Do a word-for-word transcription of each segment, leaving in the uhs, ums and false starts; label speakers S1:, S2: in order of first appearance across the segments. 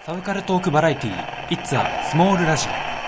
S1: サブカルトークバラエティー It's a Small Radio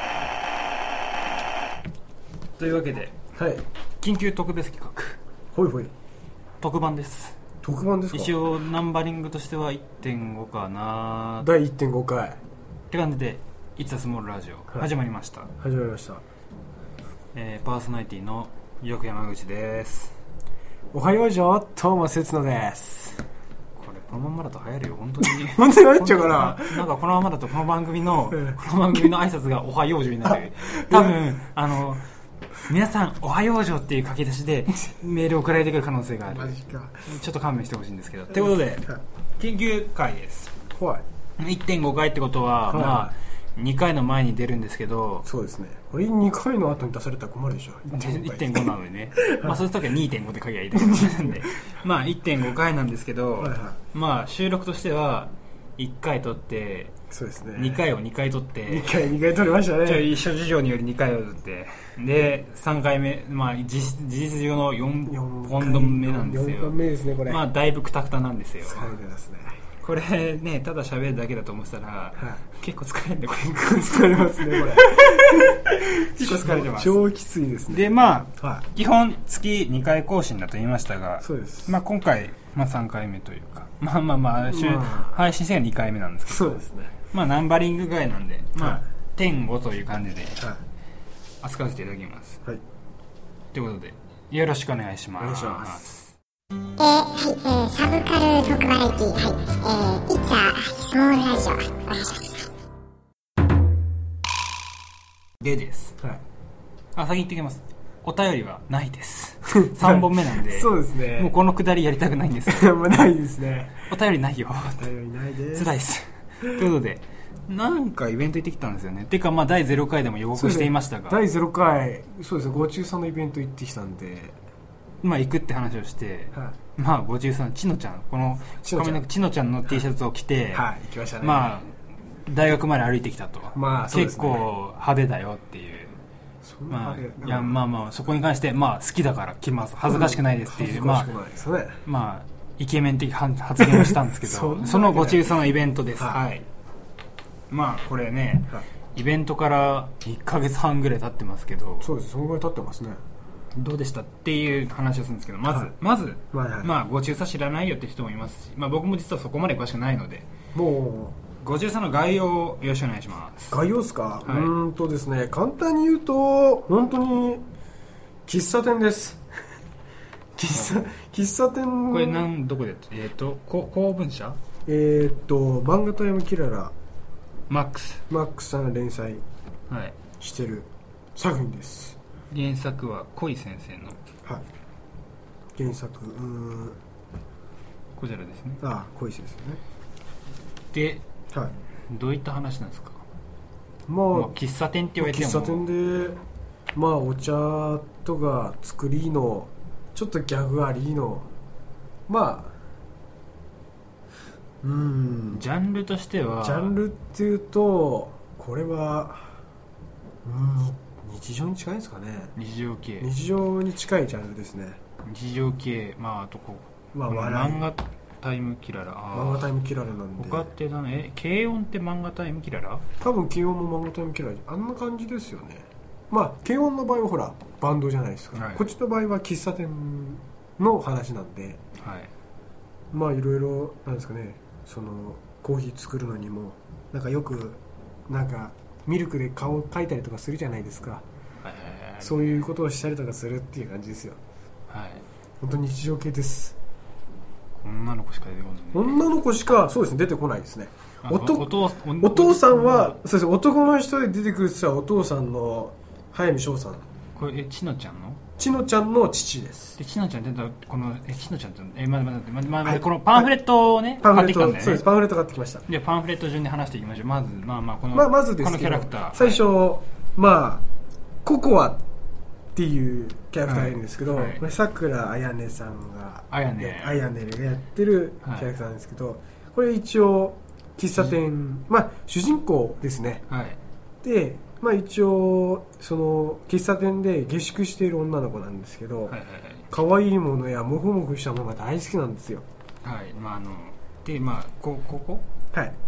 S1: というわけで、
S2: はい、
S1: 緊急特別企画
S2: ほいほい
S1: 特番です。
S2: 特番ですか。
S1: 一応ナンバリングとしては いってんご かな。
S2: だいいってんごかい
S1: って感じで It's a Small Radio、はい、始まりました
S2: 始まりました、
S1: えー、パーソナリティのよく山口です。
S2: おはようじょートーマ節野です。
S1: これこのままだと流行るよ本当に
S2: 本当に流行っちゃうかな。
S1: なんかこのままだとこの番組のこの番組の挨拶がおはようじょになる多分あの皆さんおはようじょっていう書き出しでメール送られてくる可能性がある。
S2: マジか。
S1: ちょっと勘弁してほしいんですけど、ということで緊急回です。
S2: はい
S1: いってんご 回ってことは、はい、まあにかいの前に出るんですけど、
S2: そうですね。これにかいの後に出されたら困るでしょ。
S1: いってんご なのでねまあそういう時は にてんご で書きゃいいだけなんでまあ いってんご 回なんですけど、はいはい、まあ収録としてはいっかい撮って、そうですね、にかいをにかい撮って
S2: にかいにかい撮りましたね。
S1: 一緒事情によりにかいを撮ってでさんかいめ、まあ事実上のよんほんめなんですよ。
S2: よんほんめですねこれ。
S1: まあだいぶクタクタなんですよ。
S2: 疲れてますね
S1: これね、ただ喋るだけだと思ってたら、はい、結構疲れるんで、これ
S2: 結構疲れますねこれ
S1: 結構疲れてます。
S2: 超きついですね。
S1: でまあ、はい、基本月にかい更新だと言いましたが、
S2: そうです。
S1: まあ今回、まあ、さんかいめというか、まあまあまあ、まあ、配信してはにかいめなんですけど、
S2: そうですね。ま
S1: あナンバリング外なんで、まあ、はい、点ごという感じで、はい、扱わせていただきます。はい。ということで、よろしくお願いします。お願いします。
S3: えー、はい、えー、サブカルトークバラエティー、はい、えー、It's a Small Radio、お願いします。
S1: でです。はい。あ、先に言ってきます。お便りはないです。さんぼんめなんで。
S2: そうですね。
S1: もうこのくだりやりたくないんですよ。
S2: もうないですね。
S1: お便りないよ。
S2: お便りないです。
S1: 辛いです。ということで、なんかイベント行ってきたんですよね。てかまあだいゼロかいでも予告していましたが。
S2: だいゼロかい、そうですね、ご中さんのイベント行ってきたんで。
S1: まあ行くって話をして、はい、まあごじゅうさんちのちゃんこのちのちゃんの T シャツを着て、
S2: はい、行きましたね。
S1: まあ大学まで歩いてきたと、
S2: まあそうですね、
S1: 結構派手だよっていう。まあいやまあまあそこに関してまあ好きだから来ます、恥ずかしくないですっていう、うん、まあまあイケメン的発言をしたんですけどそ, そのごじゅうさんのイベントです。はい、はい、まあこれね、はい、イベントからいっかげつはんぐらい経ってますけど、
S2: そうです、そのぐらい経ってますね。
S1: どうでしたっていう話をするんですけど、まず、はい、まず、はいはい、まあご中佐知らないよって人もいますし、まあ僕も実はそこまで詳しくないので、もうご中佐の概要をよろしくお願いします。
S2: 概要ですか。はい、うーんとですね、簡単に言うと本当に喫茶店です喫茶喫茶店。
S1: これなんどこでえっ、ー、と公文社
S2: えっ、ー、と漫画タイムキララ
S1: マックス
S2: マックスさんが連載してる作品です。
S1: 原作は恋先生の、
S2: はい、原作うーん
S1: こちらですね。
S2: ああ恋先生ね。
S1: で、はい、どういった話なんですか。
S2: まあ、まあ、
S1: 喫茶店って言われても
S2: 喫茶店でまあお茶とか作りのちょっとギャグありのまあうーん
S1: ジャンルとしては
S2: ジャンルっていうとこれはうん日常に近いんですかね。
S1: 日常系
S2: 日常に近いジャンルですね。
S1: 日常系、まああとこう、まあ、漫画タイムキララ、
S2: 漫画タイムキララなんで。
S1: 他ってだね、え軽音って漫画タイムキララ。
S2: 多分軽音も漫画タイムキララあんな感じですよね。まあ軽音の場合はほらバンドじゃないですか、はい、こっちの場合は喫茶店の話なんで、はい、まあいろいろなんですかね、そのコーヒー作るのにもなんかよくなんかミルクで顔を描いたりとかするじゃないですか、はいはいはい、そういうことをしたりとかするっていう感じですよ。はい、本当に日常系です。
S1: 女の子しか出てこない、ね、
S2: 女の子しかそうですね出てこないですね。 お, と お, 父お父さんはそうです、男の人で出てくるって言ったらお父さんの早見翔さん。
S1: これえちのちゃんの
S2: ちのちゃんの父です。
S1: でちのちゃん出たこのえちのちゃんってえまだまだまだまだ、はい、このパンフレットをね、はい、買ってきたんだよね。
S2: そうです、パンフレット買ってきました。
S1: でパンフレット順に話していきましょう。まずまあまあこの、
S2: まあ、まずですけど
S1: このキャラクター
S2: 最初、はい、まあココアっていうキャラクターがいるんですけど、はいはい、さくらあやねさんが
S1: あやね
S2: あやねがやってるキャラクターなんですけど、はい、これ一応喫茶店、まあ主人公ですね、はい、でまあ一応その喫茶店で下宿している女の子なんですけど、はいはいはい、可愛いものやモフモフしたものが大好きなんですよ。
S1: はい、まああのでまあこここ
S2: はい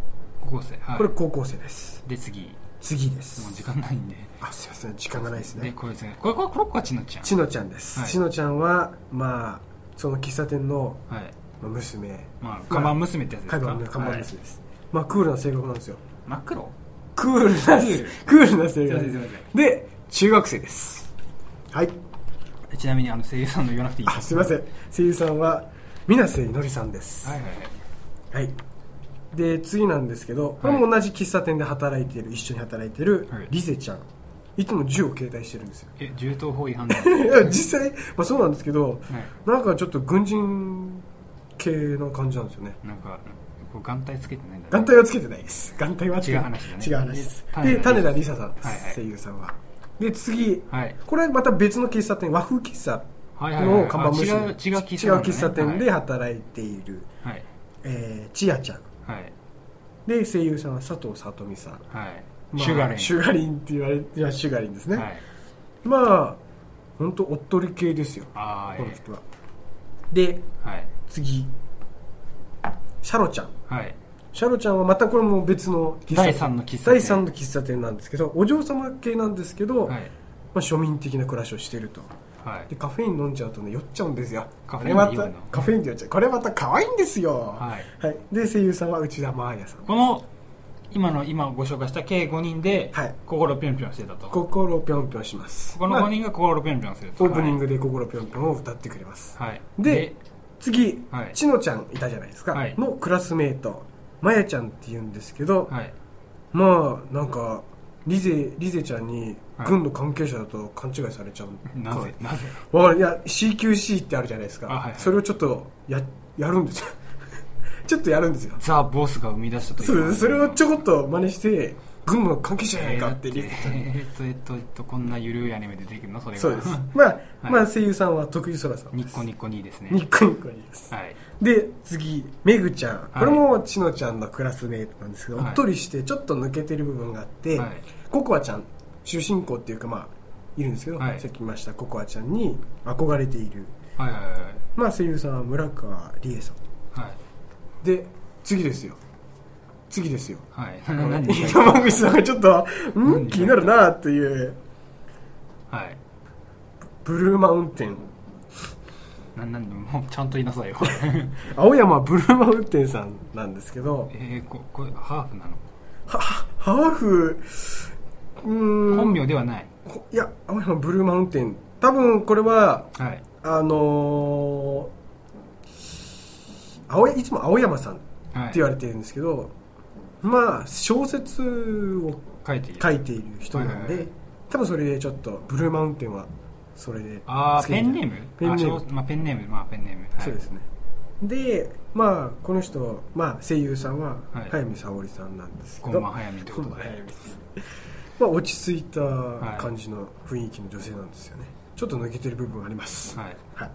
S1: 高校生、はい、
S2: これ高校生です。
S1: で次
S2: 次です。
S1: もう時間ないんで、
S2: あ、すいません、時間がないですね。
S1: でこれですね、これこれこれはちのちゃん。
S2: ちのちゃんです、はい、ちのちゃんはまあその喫茶店の娘、
S1: まあ看板娘ってやつですか。
S2: 看板娘です、はい、まあクールな性格なんですよ。
S1: 真っ黒
S2: クールなクールな性格で中学生です。はい。
S1: ちなみにあの声優さんの言わなくていいですか。
S2: あ、すいません、声優さんは水瀬いのりさんです。
S1: はいはい
S2: はい、はい。で次なんですけど、これも同じ喫茶店で働いている、一緒に働いているリゼちゃん、いつも銃を携帯してるんですよ。
S1: え、銃刀法違反だ。い
S2: や実際、まあ、そうなんですけど、はい、なんかちょっと軍人系の感じなんですよね。
S1: なんかこう眼帯つけてないんだ。
S2: 眼帯はつけてないです。眼帯はつけてない。
S1: 違う話だね。
S2: 違う話です。で種田理沙さんです、はいはい、声優さんは。で次、はい、これまた別の喫茶店、和風喫茶の看板娘、
S1: 違う違う
S2: 喫茶店で働いている、はい、えー、千谷ちゃん、はい、で声優さんは佐藤さとみさん、はい、まあ、シュガリンシュガリンって言われて、いやシュガリンですね、はい、まあ本当おっとり系ですよ、あ、この人は。で、はい、次シャロちゃん、はい、シャロちゃんはまたこれも別の喫茶店、だいさんの喫茶店だいさんの喫茶店なんですけど、お嬢様系なんですけど、はい、まあ、庶民的な暮らしをしていると、はい、でカフェイン飲んじゃうとね酔っちゃうんですよ。カフェインって言うの？カフェインって言っちゃう。これまた可愛いんですよ、はいはい、で声優さんは内田真彩さん。
S1: この今の今ご紹介した計ごにんで、はい、心ぴょんぴょんしてたと。
S2: 心ぴょんぴょんします。
S1: このごにんが心ぴょんぴょんすると、
S2: まあ、オープニングで心ぴょんぴょんを歌ってくれます、はい、で, で次、はい、ちのちゃんいたじゃないですか、はい、のクラスメートまやちゃんって言うんですけど、はい、まあなんかリゼリゼちゃんに軍の関係者だと勘違いされちゃう、
S1: はい、なぜなぜ
S2: いや シーキューシー ってあるじゃないですか、はいはい、それをちょっと や, やるんですよちょっとやるんですよ。
S1: ザ・ボスが生み出したという。
S2: そうです。それをちょこっと真似して軍の関係者じゃないかって
S1: リゼちゃんに、えー、っとえー、っとえー、っとこんなゆるいアニメでできるのそれが。
S2: そうです。まあ、はい、まあ声優さんは徳井空さんです。
S1: ニッコニッコにですね。
S2: ニッコニッコにです、はい、で次めぐちゃん、これもちのちゃんのクラスメートなんですけど、はい、おっとりしてちょっと抜けてる部分があって、はい、ココアちゃん主人公っていうかまあいるんですけど、はい、さっき言いましたココアちゃんに憧れている、はいはいはい、まあ声優さんは村川理恵さん、はい、で次ですよ次ですよ、はい、山口さんがちょっとん気になるなっていう、はい、ブルーマウンテン、
S1: ななんもうちゃんと言いなさいよ
S2: 青山ブルーマウンテンさんなんですけど、
S1: えー、ここれハーフなの？
S2: はハーフ、うーん、
S1: 本名ではない。
S2: いや青山ブルーマウンテン、多分これは、はい、あのー、青いつも青山さんって言われてるんですけど、はい、まあ小説を書いている、書いている人なんで、はいはいはい、多分それでちょっとブルーマウンテンはそれで、
S1: ああペンネームペンネーム、まあ、ペンネームまあペンネーム、はい、
S2: そうですね。でまあこの人、まあ、声優さんは早見沙織さんなんですけど、
S1: まあ早見ってことで
S2: まあ落ち着いた感じの雰囲気の女性なんですよね。ちょっと抜けてる部分あります、はいはい、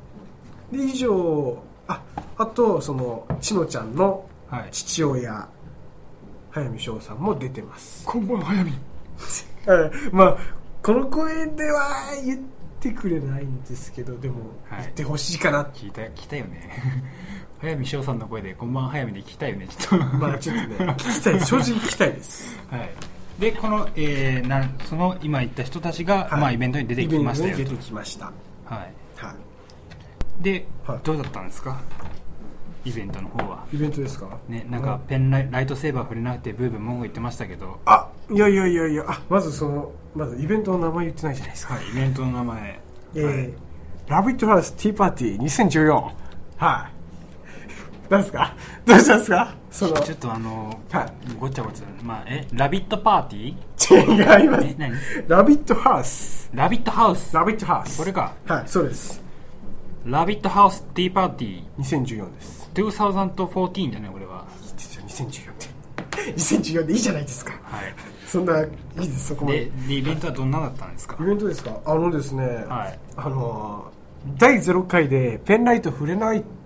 S2: で以上、ああとそのちのちゃんの父親、はい、早見翔さんも出てます。
S1: こんばんは早見
S2: まあこの声では言ってくれないんですけど、でも言ってほしいかな、はい、
S1: 聞いた聞いたよね早見翔さんの声でこんばんは早見で聞きたいよね、ちょっと
S2: まあちょっとね聞きたい、正直聞きたいです、
S1: はい、でこの、えー、なんその今言った人たちが、はい、まあ、イベントに出てきましたよ。
S2: イベントに出てきました、はい
S1: はい、で、はい、どうだったんですかイベントの方は。
S2: イベントですか、
S1: ね、なんかペンライ、ライトセーバー触れなくてブーブー文句言ってましたけど、
S2: あいやいやいやいや、あまずそのまずイベントの名前言ってないじゃないですか。
S1: はい、イベントの名前、
S2: えーはい、ラビットハウスティーパーティーにせんじゅうよん、はい何ですか、どうしたんですか。その
S1: ちょっとあの、はい、ごちゃごちゃ、まあ、えラビットパーティー
S2: 違います。え何ラビットハウス
S1: ラビットハウス
S2: ラビットハウス
S1: これか。
S2: はいそうです。
S1: ラビットハウスティーパーティー
S2: にせんじゅうよんです。
S1: にせんじゅうよんじゃないこれは。
S2: いいですよにせんじゅうよんってにせんじゅうよんでいいじゃないですか。はいそんないいですそこまで。
S1: で, でイベントはどんなだったんですか。
S2: イベントですか、あのですね、はい、あのだいゼロかいでペンライト触れないっ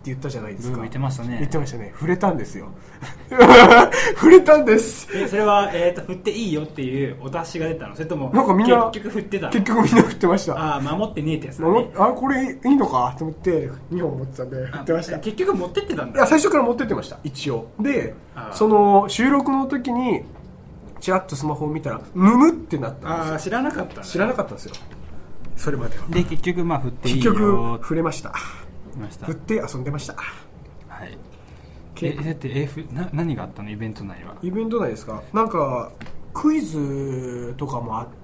S2: 言ったじゃないですか。
S1: 言ってましたね。
S2: 言ってましたね。触れたんですよ。触れたんです。
S1: え、それは、えーと、振っていいよっていうお達しが出たの？それとも、
S2: なんかみんな、
S1: 結局振ってたの？
S2: 結局みんな振ってました。
S1: ああ、守ってねえってやつだね。
S2: あ、これいいのかと思って、にほん持ってたんで、振ってました。
S1: 結局持ってってたんだ。
S2: いや、最初から持ってってました、一応。で、その、収録の時に、チラッとスマホを見たら、むむってなったんですよ。
S1: ああ、知らなかった、ね。
S2: 知らなかったんですよ。それまでは。
S1: で、結局、まあ、振っていいよ。
S2: 結局、触れました。
S1: ました
S2: 振って遊んでました。
S1: はい。え、だって、え、な、何があったのイベント内は。
S2: イベント内ですか？なんか、クイズとかもあって、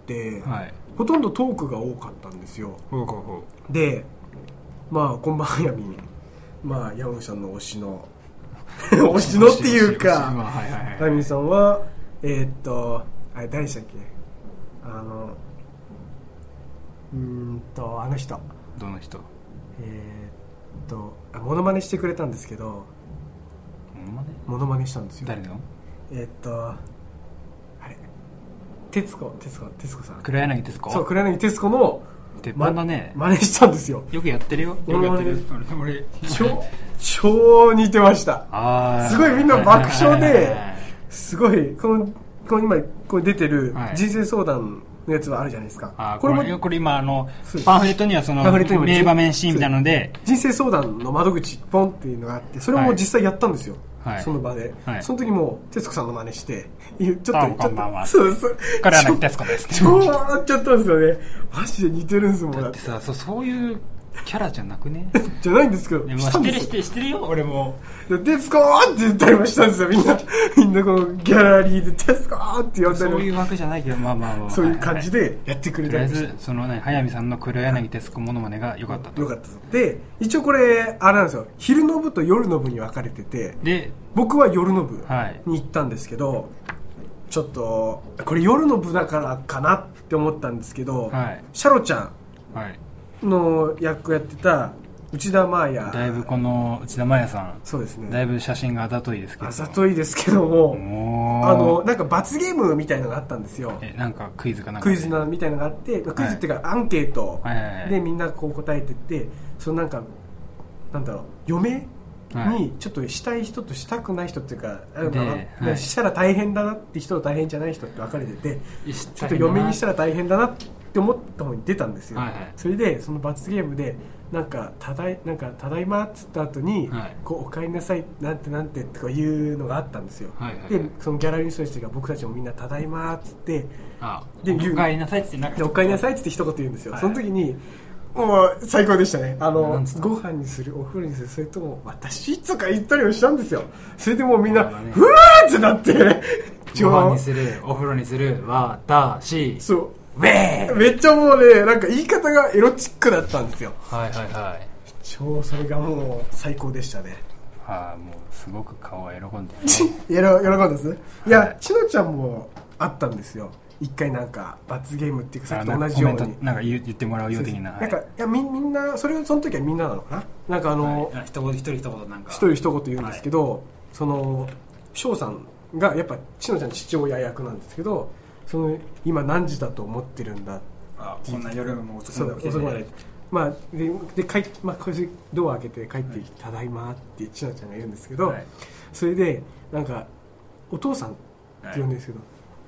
S1: はい、
S2: ほとんどトークが多かったんですよ。
S1: ほうほうほ
S2: うで、まあ、こんばんはやみ、まあ、山口さんの推しの、推しのっていうか、やみさんは、えー、っと、あれ、誰でしたっけ？あの、うーんと、あの人。
S1: どの人？
S2: えー、っとモノマネしてくれたんですけど、
S1: モノマネ
S2: モノマネしたんですよ。
S1: 誰の？
S2: えー、っとあれ徹子徹子徹子さん、
S1: 黒柳徹子。
S2: そう、黒柳徹子の
S1: 鉄板だね、
S2: ま、真似したんですよ。
S1: よくやってるよ。よくやってる。俺
S2: 超超似てました。あ、すごいみんな爆笑で、すごいこのこの今これ出てる人生相談のやつはあるじゃないですか。
S1: あ、これもこれ今あのパンフレットにはその名場面シーンみたいなので、
S2: 人生相談の窓口ポンっていうのがあって、それも実際やったんですよ、はい、その場で、はい、その時も徹子さんの真似してちょっとちょっとそうそう、
S1: これは徹子です
S2: 超笑っちゃったんですよね。マジで似てるんですもん。
S1: だってさ、そう、そういうキャラじゃなくね
S2: じゃないんですけど、
S1: 知ってる知ってる知ってるよ俺も。
S2: 徹子ーって言ったりもしたんですよ、みんな。みんなこのギャラリーで徹子ーって呼んだり。
S1: そういう枠じゃないけど、まあまあまあ、
S2: そういう感じでやってくれたりして、
S1: とりあえずそのね、早見さんの黒柳徹子モノマネが良かったと。
S2: 良かったで、一応これあれなんですよ、昼の部と夜の部に分かれてて、で僕は夜の部に行ったんですけど、はい、ちょっとこれ夜の部だからかなって思ったんですけど、はい、シャロちゃんの役やってた内田真礼、
S1: だいぶこの内田真礼さん、
S2: そうですね、
S1: だいぶ写真があざといですけど、
S2: あざといですけども、あのなんか罰ゲームみたいなのがあったんですよ。
S1: え、なんかクイズかなんか、
S2: クイズなみたいなのがあって、クイズっていうかアンケートでみんなこう答えてって、そのなんかなんだろう、嫁にちょっとしたい人としたくない人っていうか、はい、したら大変だなって人と大変じゃない人って分かれてて、ちょっと嫁にしたら大変だなって思った方に出たんですよ、はいはい、それでその罰ゲームでなんかただいなんかただいまっつった後に、はい、こうお帰りなさいなんてなんてとかいうのがあったんですよ、はいはいはい、でそのギャラリーの人たちが僕たちもみんなただいまっつって、
S1: あでお帰りなさいっつってなんか
S2: お帰りなさいっつって一言言うんですよ、はい、その時にもう最高でしたね。あのご飯にする、お風呂にする、それとも私とか言ったりもしたんですよ。それでもうみんな、ね、ふわーってなって
S1: ご飯にする、お風呂にする、私、
S2: そうウェーめっちゃもうね、なんか言い方がエロチックだったんですよ。
S1: はいはいはい。
S2: 超それがもう最高でしたね。
S1: はあ、もうすごく顔は喜んでる、
S2: ね、喜んです。いや、はい、ちのちゃんもあったんですよ。一回なんか罰ゲームっていうか、さっきと同じように
S1: なんか言ってもらうよう的な、
S2: なんかいや み, みんなそれその時はみんななのかな、なんかあの、
S1: はい、一言一人一言なんか
S2: 一人一言言うんですけど、はい、その翔さんがやっぱちのちゃん父親役なんですけど、その今何時だと思ってるんだ、
S1: あこんな夜も遅くまで、
S2: まあでで帰まあこれドア開けて帰ってきて、はい、ただいまってちのちゃんが言うんですけど、はい、それでなんかお父さんって言うんですけど、はい、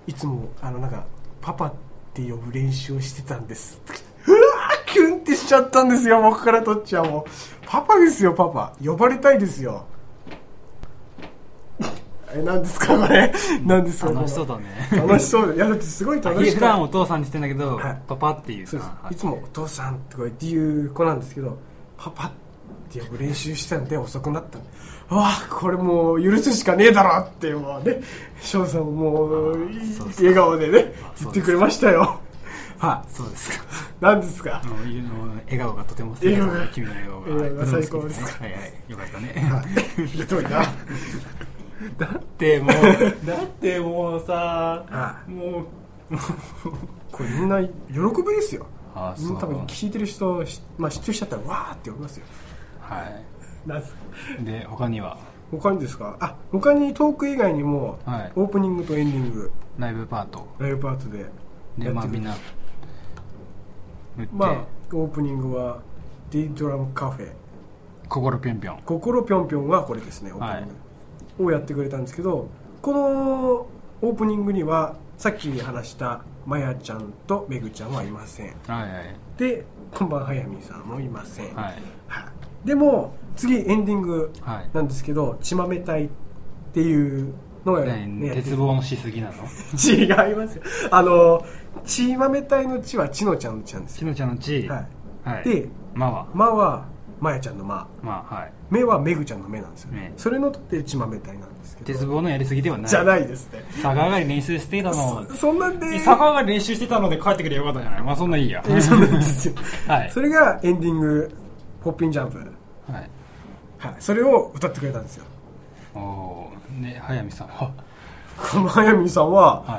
S2: いつもあのなんかパパって呼ぶ練習をしてたんですうわーキュンってしちゃったんですよ。僕からとっちゃもうパパですよ、パパ呼ばれたいですよ。え、何ですかこれ、何ですか。
S1: 楽しそうだね。
S2: 楽しそうで、いやだってすごい楽しい。
S1: 普段お父さんにしてんだけど、はい、パパっていうさ、
S2: はい、いつもお父さんとかっていう子なんですけど、パパって呼ぶ練習してたんで遅くなった。わあ、これもう許すしかねえだろってもうね、翔さんもう笑顔でね言ってくれましたよ。
S1: はい、そうですか。
S2: 何ですか。
S1: 笑顔がとても素敵な君の笑顔が、
S2: 笑顔が最高ですか。
S1: はいはい、よかったね。はい、
S2: ひどいな。
S1: だってもうだってもうさ、ああもう
S2: これみんな喜びですよ。ああ、みんな多分聞いてる人、まあ、知ってる人だったらわーって呼びますよ。
S1: はい。
S2: なんす
S1: で他には
S2: 他にですか。あ、他にトーク以外にも、はい、オープニングとエンディング、
S1: ライブパート
S2: ライブパートで
S1: で、まあみんな
S2: まあオープニングは D ドラムカフェ
S1: 心ぴょんぴょん
S2: 心ぴょんぴょんがこれですね、オープニング、はい、をやってくれたんですけど、このオープニングにはさっき話したまやちゃんとめぐちゃんはいません、はいはい、でこんばんはやみさんもいません、はいはい、でも次エンディングなんですけど、はい、ちまめ隊っていうのが、
S1: ね、鉄棒のしすぎなの
S2: 違いますよ。あのちまめ隊のちはちのちゃんのちなんですよ。
S1: ちのちゃんのち、はい
S2: はい、で
S1: まは
S2: まはまやちゃんのま、
S1: まあはい、
S2: めはめぐちゃんのめなんですよ、ね、それのとってちまめ隊なんですけど、
S1: 鉄棒のやりすぎではない
S2: じゃないですね。
S1: 逆上がり練習していたの
S2: そ, そんなんで
S1: 逆上がり練習してたので帰ってくれよかったじゃない。まあそんないいや
S2: そんなんですよ、はい、それがエンディングポッピンジャンプ、はいはい、それを歌ってくれたんですよ。
S1: おおね、早見さんは
S2: この早見さんは、はい、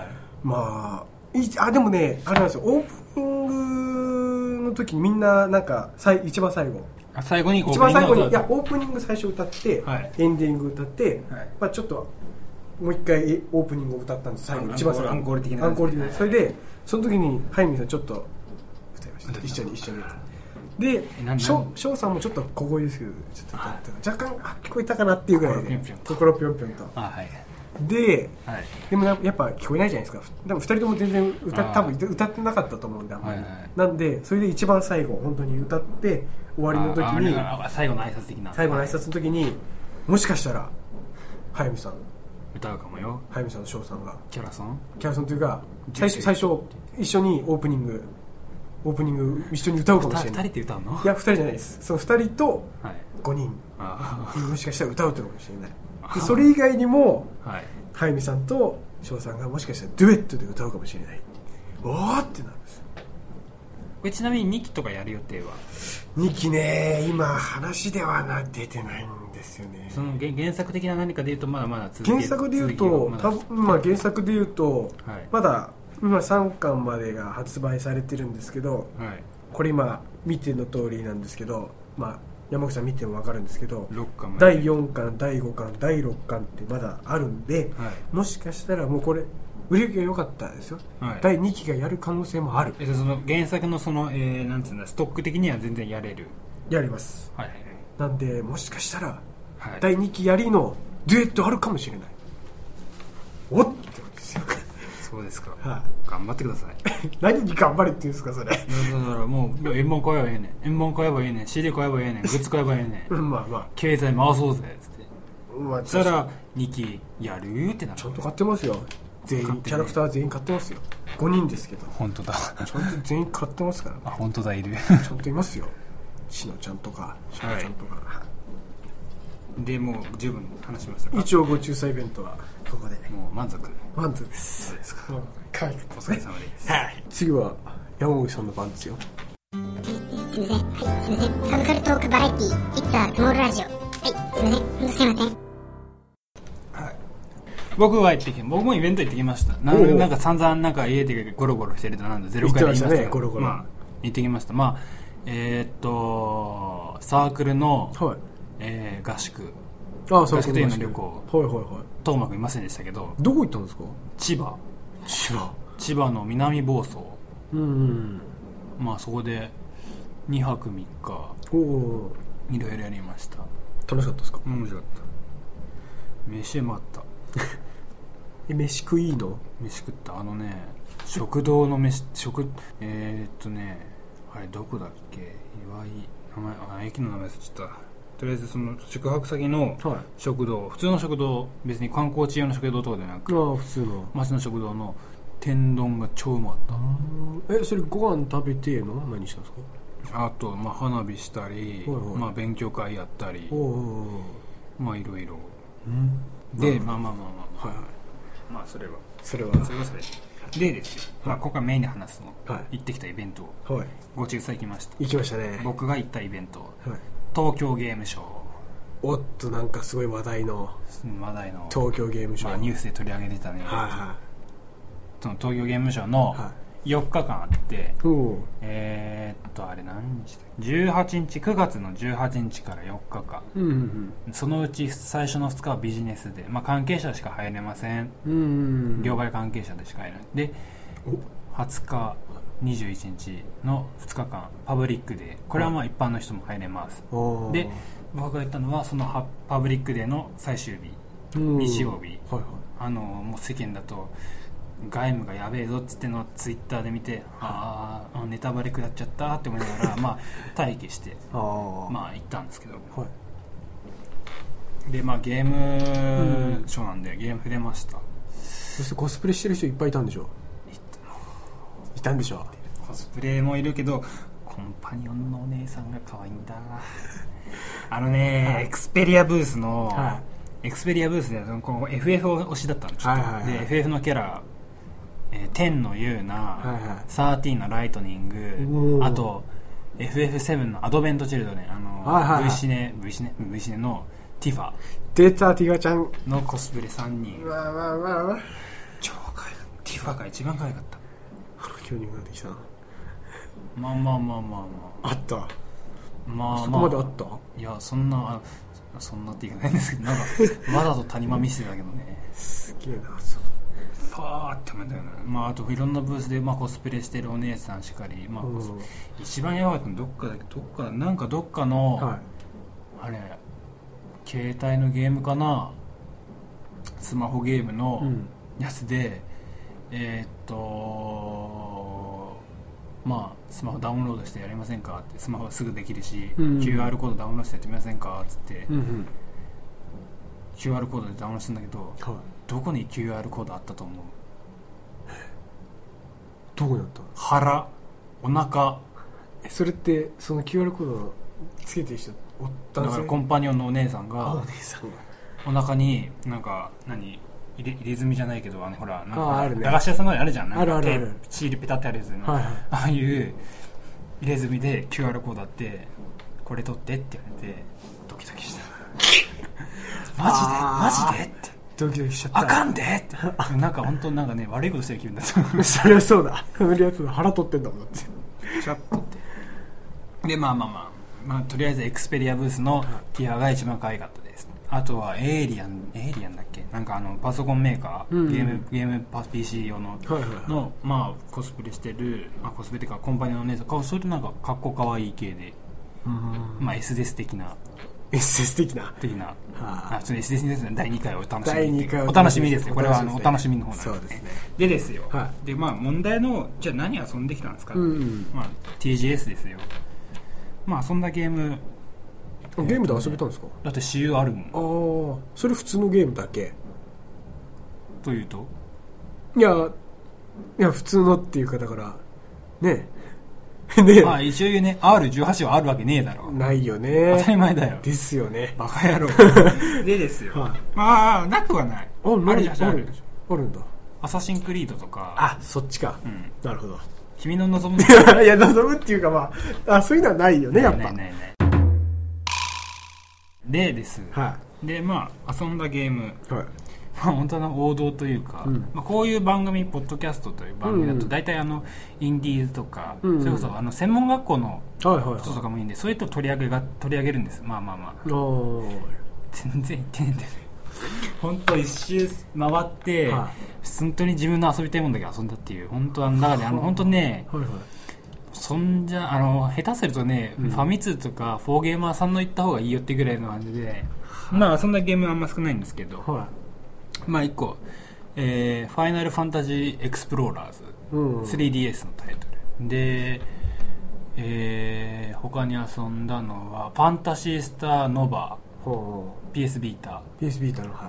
S2: まあいあでもねあれなんですよ、オープニングの時にみんななんか一番最後
S1: あ最後に
S2: 一番最後にいやオープニング最初歌って、はい、エンディング歌って、はいまあ、ちょっともう一回オープニングを歌ったんです最後一番最後
S1: アンコール的な
S2: アンコール的な、はい、それでその時に早見さんちょっと歌いました一緒に一緒にで翔さんもちょっと小声ですけどちょっと歌って若干あ聞こえたかなっていうぐらいで心ぴょんぴょんとあ、はいで、はい、でもやっぱ聞こえないじゃないですか。でもふたりとも全然 歌, 多分歌ってなかったと思うんであんまり、はいはい、なんでそれで一番最後本当に歌って終わりの時に
S1: 最後の挨拶的な
S2: 最後の挨拶の時にもしかしたら早見さん
S1: 歌うかもよ。
S2: 早見さんの翔さんが
S1: キャラソン
S2: キャラソンというか最初最初一緒にオープニングオープニング一緒に歌うかもしれない。
S1: ふたりって歌うの？
S2: いやふたりじゃないです。そのふたりとごにん、はい、もしかしたら歌うかもしれない。でそれ以外にも、はい、早見さんと翔さんがもしかしたらデュエットで歌うかもしれない。おーってなるんですよ。
S1: これちなみににきとかやる予定は？
S2: にきね今話ではな出てないんですよね。
S1: その原作的な何かでいうとまだまだ続け
S2: 原作でいうと多分、まあ、原作でいうと、はい、まだ今さんかんまでが発売されてるんですけど、はい、これ今見ての通りなんですけど、まあ山口さん見ても分かるんですけどだいよんかんだいごかんだいろっかんってまだあるんで、はい、もしかしたらもうこれ売れ行きが良かったですよ、はい、だいにきがやる可能性もある。
S1: えその原作のその、えー、なんていうんだストック的には全然やれる
S2: やります、はい、なんでもしかしたら、はい、だいにきやりのデュエットあるかもしれない。おっってことですよ
S1: そうですか、はい、頑張ってください
S2: 何に頑張れって言うんですかそれ。だ
S1: からもう円盤買えばいいねん円盤買えばいいねん シーディー 買えばいいねんグッズ買えばいいねんまあまあ経済回そうぜっつって、まあ、そしたらにきやるってなる。
S2: ちゃんと買ってますよ全員、ね、キャラクター全員買ってますよ。ごにんですけど
S1: 本当だ
S2: ちゃんと全員買ってますからね。
S1: あ本当だいる
S2: ちゃんといますよしのちゃんとかしのちゃんとか、はい、
S1: でもう十分話しましたか。
S2: 一応ご仲裁イベントはここで
S1: もう満足
S2: 満足です。そうですか。可愛かったですね。
S1: お疲れ様です、
S2: はい、次は山口さんの番ですよ。
S3: すみません、はい、すみません。サブカルトークバラエティー、It's a Small Radio。はい、すみません、本当すみません。
S1: はい。僕は行ってきて、僕もイベント行ってきました。なんなんか散々なんか家でゴロゴロしてるとなんだゼロ回で言いましたね。ゴロゴロ。まあ行ってきました。まあえー、っとサークルの、はいえー、合宿。ああ、合宿というの旅行。はいはいはい。とうまくいませんでしたけど。
S2: どこ行ったんですか？
S1: 千葉。
S2: 千葉。
S1: 千葉の南房総。うん。まあそこでにはくみっかいろいろやりました。
S2: 楽しかったですか？
S1: 面白かった。飯うまかった
S2: え飯食いの？
S1: 飯食った。あのね食堂の飯食えー、っとねあれどこだっけ岩井名前あ駅の名前忘れちゃった。とりあえずその宿泊先の食堂、はい、普通の食堂別に観光地用の食堂とかでなく
S2: あ普通の
S1: 町の食堂の天丼が超うまかった。
S2: えそれご飯食べての何したんです
S1: か？あと、まあ、花火したり、はいはいまあ、勉強会やったりまあいろいろで、まあまあまあまあはいはいまあそれは
S2: それは
S1: それはそれでですよ、まあ、ここからメインで話すの、はい、行ってきたイベントを、はい、ご仲裁行きました。
S2: 行きましたね。
S1: 僕が行ったイベント、はい、東京ゲームショー。
S2: おっとなんかすごい話題の
S1: 話題の
S2: 東京ゲームショー、
S1: まあ、ニュースで取り上げてたね、はいはい、その東京ゲームショーのよっかかんあって、はい、えー、っとあれ何日だじゅうはちにちくがつのじゅうはちにちからよっかかん、うんうんうん、そのうち最初のふつかはビジネスで、まあ、関係者しか入れません、うんうんうん、業界関係者でしか入れないではつかにじゅういちにちのふつかかんパブリックでこれはまあ一般の人も入れます、はい、で僕が言ったのはそのパブリックデーの最終日、日曜日、はいはい、あのもう世間だと外務がやべえぞっつってのをツイッターで見て、ああネタバレ食らっちゃったって思いながらまあ待機してあまあ行ったんですけど、はい、でまあゲームショーなんで、うん、ゲーム触れました。
S2: そしてコスプレしてる人いっぱいいたんでしょ。いたんでしょ。
S1: コスプレもいるけどコンパニオンのお姉さんが可愛いんだあのね、はい、エクスペリアブースの、はい、エクスペリアブースでこの エフエフ 推しだったんです、はいはいはい、で エフエフ のキャラ、えー、テンのユーナ、はいはい、サーティーンのライトニング、あと エフエフセブン のアドベントチルドレン、あの、はいはいはい、V シネ V シネ V シネのティファ
S2: 出たティファちゃん
S1: のコスプレさんにん、
S2: わあわあわあわあ
S1: 超可愛い。ティファが一番可愛かった。
S2: あの巨乳ができたな。
S1: まあまあまあまあま
S2: ああった。
S1: まあ、
S2: そこまであった？
S1: いやそんなそんなって言うかないんですけど、なんかわざと谷間見せてたけどね
S2: すげえな。
S1: パーって思ったよね。まああといろんなブースで、まあ、コスプレしてるお姉さんしかり、まあ、一番やばいのどっかだけどっかなんかどっかの、はい、あれ携帯のゲームかな、スマホゲームのやつで、うん、えー、っとまあスマホダウンロードしてやりませんかって、スマホはすぐできるし、うんうん、キューアール コードダウンロードしてやってみませんかっつって、うんうん、キューアール コードでダウンロードするんだけど、はい、どこに キューアール コードあったと思う？
S2: どこにあった？
S1: 腹、お腹。
S2: えそれってその キューアール コードつけてる人おったんですか？
S1: だからコンパニオンのお姉さんが、
S2: お姉さんが
S1: お腹になんか何入れ入れ墨じゃないけど、あのほらなんか
S2: ある、ね、
S1: 駄菓子屋さんのあるじゃん、
S2: あるあるある、
S1: シールペタってあるやつ、ね、はいはい、ああいう入れ墨で キューアール コードあって、これ取ってって言われてドキドキしたマジでマジでって
S2: ドキドキしちゃった。
S1: あかんでってなんか本当なんかね悪いことしてる気分だった
S2: それはそうだ、そのやつ腹取ってんだもんだって
S1: ちゃっとってでまあまあまあまあとりあえずエクスペリアブースのティアが一番可愛かったです。あとはエイリアンエイリアンだっけ、なんかあのパソコンメーカー、うんうん、ゲームゲームパス ピーシー 用の、はいはいはい、のまあコスプレしてる、まあ、コスプレっていうかコンパニオンの姉さん、それとなんかかっこかわいい系で、うん、まあ エスディーエス 的な
S2: エスディーエス 的な
S1: 的な、はあ、あそれ エスディーエス ですね。だいにかいをお楽しみお楽しみですよ。これはあのお楽しみの方なんですね。そうですね。でですよ、はい、でまあ問題のじゃあ何遊んできたんですか、うんうん、まあ ティージーエス ですよ。まあそんなゲーム
S2: ゲームで遊べたんですか？
S1: だって私有あるもん。
S2: ああ、それ普通のゲームだけ
S1: というと、
S2: いやいや普通のっていうか、だからねね、
S1: まあ一応言うね アールじゅうはち はあるわけねえだろ。
S2: ないよね。
S1: 当たり前だよ。
S2: ですよね。
S1: バカ野郎でですよ、はい、まあなくはない。
S2: あるあるあるあるんだ。
S1: アサシンクリードとか。
S2: あ、そっちか、うん、なるほど。
S1: 君の望む
S2: いや望むっていうか、まあ、あそういうのはないよね、やっぱ。ないないない。
S1: でです、はい、でまあ遊んだゲーム、はい、まあ本当の王道というか、うんまあ、こういう番組ポッドキャストという番組だと大体あのインディーズとか、うんうん、それこそあの専門学校の人とかもいいんで、そういう人を取り上げが取り上げるんです。まあまあまあ全然言ってねえんだよね本当一周回って、はい、本当に自分の遊びたいもんだけ遊んだっていう、本当あの中であの本当ね、はいはい、そんじゃあの下手するとね、うん、ファミ通とかフォーゲーマーさんの行った方がいいよってぐらいの感じで、まあそんなゲームはあんま少ないんですけど、はい、まあいっこ、えー、ファイナルファンタジーエクスプローラーズ、うん、スリーディーエス のタイトルで、えー、他に遊んだのはファンタシースターノバ、ピーエス ビータ
S2: ピーエス ビータの、はい、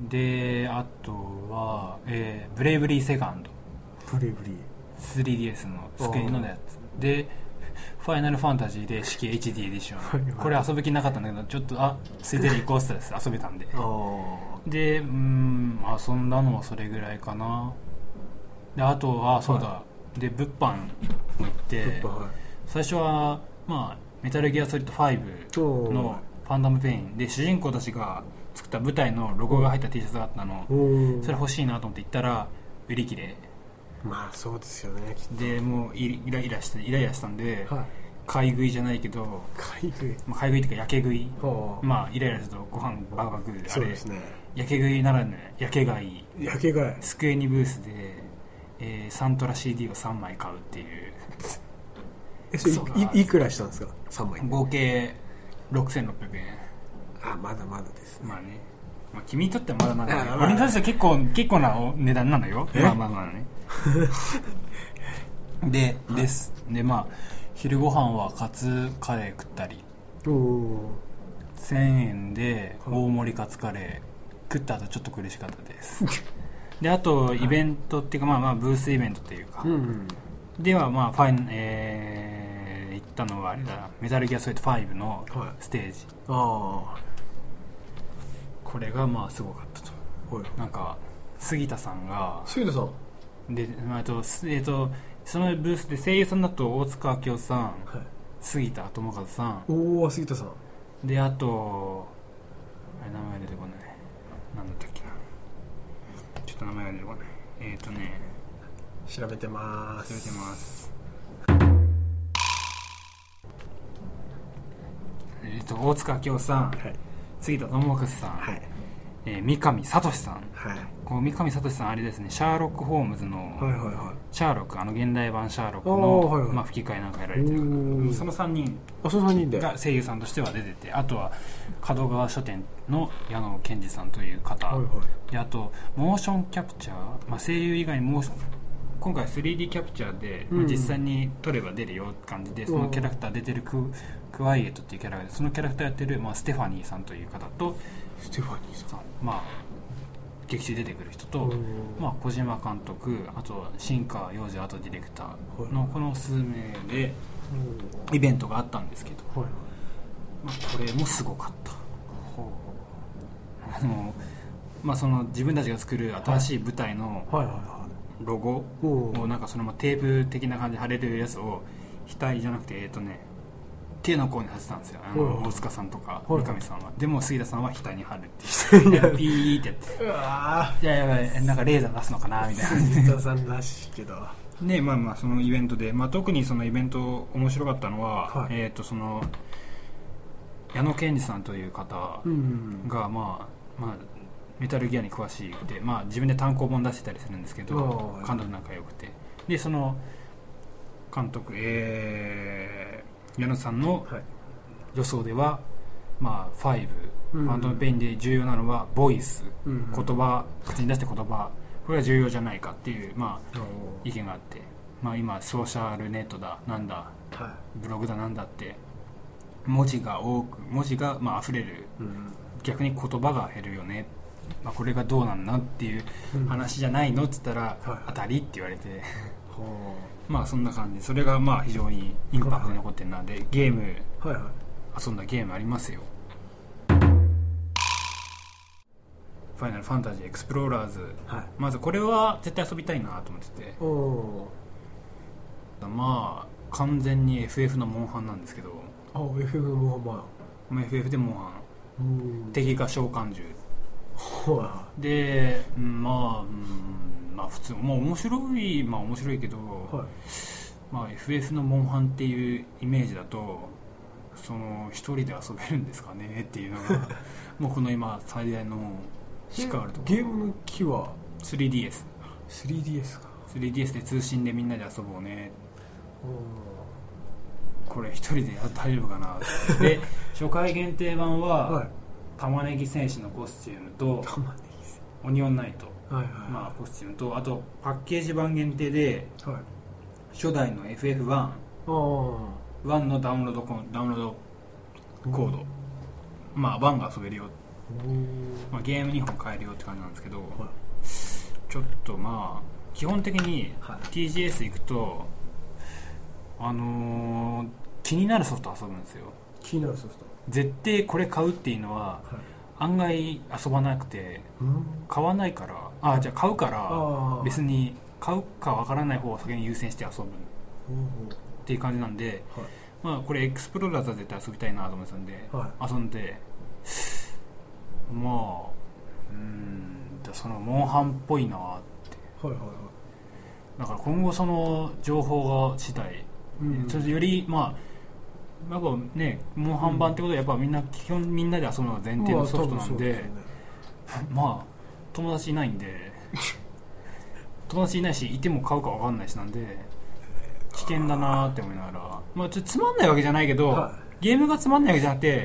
S1: であとは、えー、ブレイブリーセカンド、
S2: ブレイブリー
S1: スリーディーエス のスクリーンのやつで、ファイナルファンタジーで式 エイチディー エディション、はいはい、これ遊ぶ気なかったんだけど、ちょっとあついでに行こうって言ったら遊べたんでで、うーん遊んだのはそれぐらいかな。であとはそうだ、はい、で物販も行って、はい、最初はまあメタルギアソリッドファイブのファンダムペインで主人公たちが作った舞台のロゴが入った T シャツがあったの、それ欲しいなと思って行ったら売り切れ。
S2: まあそうですよね。
S1: でもうイライラしてイライラしたんで、はい、買い食いじゃないけど
S2: 買い食い、
S1: まあ、買い食いっていうか焼け食い、まあイライラするとご飯バクバクで、
S2: そうですね、
S1: 焼け食いならね焼け買い、
S2: 焼け買い
S1: スクエニブースで、えー、サントラ シーディー をさんまい買うっていう
S2: えそれ い, い, いくらしたんですかさんまい
S1: 合計ろくせんろっぴゃくえん。
S2: あまだまだですね。
S1: まあね、まあ、君にとってはまだまだ、ね、俺にとっては結構結構な値段なのよ。まあまあまあねで、はい、ですでまあ昼ご飯はカツカレー食ったり、おせんえんで大盛りカツカレー食った後ちょっと苦しかったですであとイベントっていうか、まあまあブースイベントっていうか、うんうん、ではまあファイン、えー、行ったのはあれだメタルギアソリッドファイブのステージ、はい、あこれがまあすごかったと、はい、なんか杉田さんが
S2: 杉田さん
S1: で、まあ、えっと、えっと、そのブースで声優さんだと大塚明夫さん、はい、杉田智和さん、
S2: おお杉田さん
S1: であとあれ名前出てこないなんだったっけなちょっと名前が出てこないえっ、ー、とね
S2: 調べてまーす
S1: 調べてますえっ、ー、と大塚明夫さん、はい、杉田智和さん、はい、えー、三上聡さん、はい、この三上聡さんあれですねシャーロック・ホームズの、はいはいはい、シャーロックあの現代版シャーロックの、はいはい、まあ、吹き替えなんかやられてるそのさんにんが声優さんとしては出ててあとは角川書店の矢野健二さんという方、はいはい、であとモーションキャプチャー、まあ、声優以外にモーション今回 スリーディー キャプチャーで、まあ、実際に撮れば出るよって感じで、うん、そのキャラクター出てるク、クワイエットっていうキャラクターでそのキャラクターやってる、まあ、ステファニーさんという方と
S2: ステファニーさん、
S1: まあ、劇中出てくる人と、まあ、小島監督あと新川洋二アートディレクターのこの数名でイベントがあったんですけど、はい、まあ、これもすごかった。あの、まあ、その自分たちが作る新しい舞台のロゴをなんかそのままテープ的な感じで貼れるやつを額じゃなくてえっとね手の甲に貼ってたんですよ、あの大塚さんとか三上さんは。でも杉田さんは額に貼るっていうピーってやってうわいややばいなんかレーザー出すのかなみたいな
S2: 杉田さんらしいけど
S1: ね、まあまあそのイベントで、まあ、特にそのイベント面白かったのは、はい、えっとその矢野健二さんという方が、うんうん、まあまあメタルギアに詳しくて、まあ、自分で単行本出してたりするんですけど監督仲良くてでその監督えー、矢野さんの予想では、まあ、ファイブ、うん、ファントムペインで重要なのはボイス、うん、言葉口に出して言葉これが重要じゃないかっていう、まあ、意見があって、まあ、今ソーシャルネットだなんだ、はい、ブログだなんだって文字が多く文字がまあ溢れる、うん、逆に言葉が減るよね、まあ、これがどうなんのっていう話じゃないのって言ったら、うん、当たりって言われてまあそんな感じそれがまあ非常にインパクトに残ってるので、はい、ゲーム、はいはい、遊んだゲームありますよ。ファイナルファンタジーエクスプローラーズ、はい、まずこれは絶対遊びたいなと思ってておまあ完全に エフエフ のモンハンなんですけど
S2: あ エフエフ のモンハ
S1: ンまあ エフエフ でモンハン敵が召喚獣で、まあ、うん、まあ普通まあ面白いまあ面白いけど、はい、まあ エフエフ のモンハンっていうイメージだとその一人で遊べるんですかねっていうのがもうこの今最大のシカールと
S2: ゲームの機は
S1: スリーディーエス
S2: スリーディーエス か
S1: スリーディーエス で通信でみんなで遊ぼうねこれ一人で大丈夫かなで初回限定版は、はい、玉ねぎ戦士のコスチュームとオニオンナイト、はいはいまあ、コスチュームとあとパッケージ版限定で、はい、初代の エフエフワン ワンのダウンロードコンダウンロードコードまあワンが遊べるよ、まあ、ゲームにほん買えるよって感じなんですけど、はい、ちょっとまあ基本的に ティージーエス 行くとあのー、気になるソフト遊ぶんですよ。
S2: 気になるソフト
S1: 絶対これ買うっていうのは、はい、案外遊ばなくて、うん、買わないからあじゃあ買うから別に買うかわからない方を先に優先して遊ぶっていう感じなんで、はい、まあこれエクスプローラーズは絶対遊びたいなと思ってたんで、はい、遊んでまあうーんそのモンハンっぽいなって、はいはいはい、だから今後その情報が次第、うん、それでよりまあやっぱね、モンハン版ってことはやっぱみんな基本みんなで遊ぶのが前提のソフトなんで、ね、まあ友達いないんで友達いないしいても買うか分かんないしなんで危険だなって思いながら、まあ、ちょっとつまんないわけじゃないけど、はい、ゲームがつまんないわけじゃなくて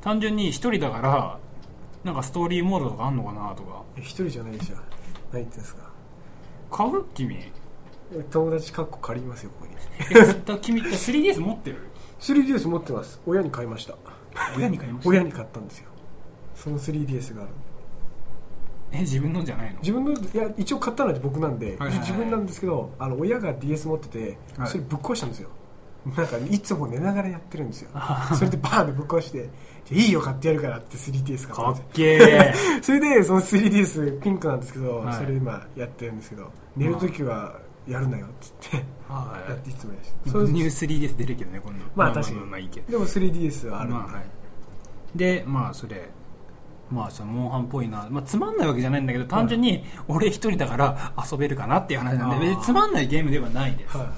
S1: 単純に一人だからなんかストーリーモードとかあんのかなとか。
S2: 一人じゃないでしょ。何言ってんですか。
S1: 買う君。
S2: 友達かっこ借りますよここに。
S1: え君って スリーディーエス 持ってる？
S2: スリーディーエス 持ってます。親に買いました。
S1: 親に買いました。
S2: 親に買ったんですよ。その スリーディーエス がある。
S1: え自分のじゃないの？
S2: 自分のいや一応買ったのは僕なんで、はいはいはい、自分なんですけど、あの親が ディーエス 持ってて、はい、それぶっ壊したんですよ。なんかいつも寝ながらやってるんですよ。それでバーンでぶっ壊して、いいよ買ってやるからって スリーディーエス 買ったんですよ。
S1: かっけー。
S2: それでその スリーディーエス ピンクなんですけど、はい、それ今やってるんですけど、寝るときはやるなよって言って、はい、やっていつもやるし。
S1: そうニュー スリーディーエス 出るけどね今度。
S2: まあ確かに。
S1: まあまあいいけど。
S2: でも スリーディーエス はあるんで。まあはい、
S1: でまあそれ。まあそのモンハンっぽいな、まあ、つまんないわけじゃないんだけど単純に俺一人だから遊べるかなっていう話なんで別につまんないゲームではないです、はい、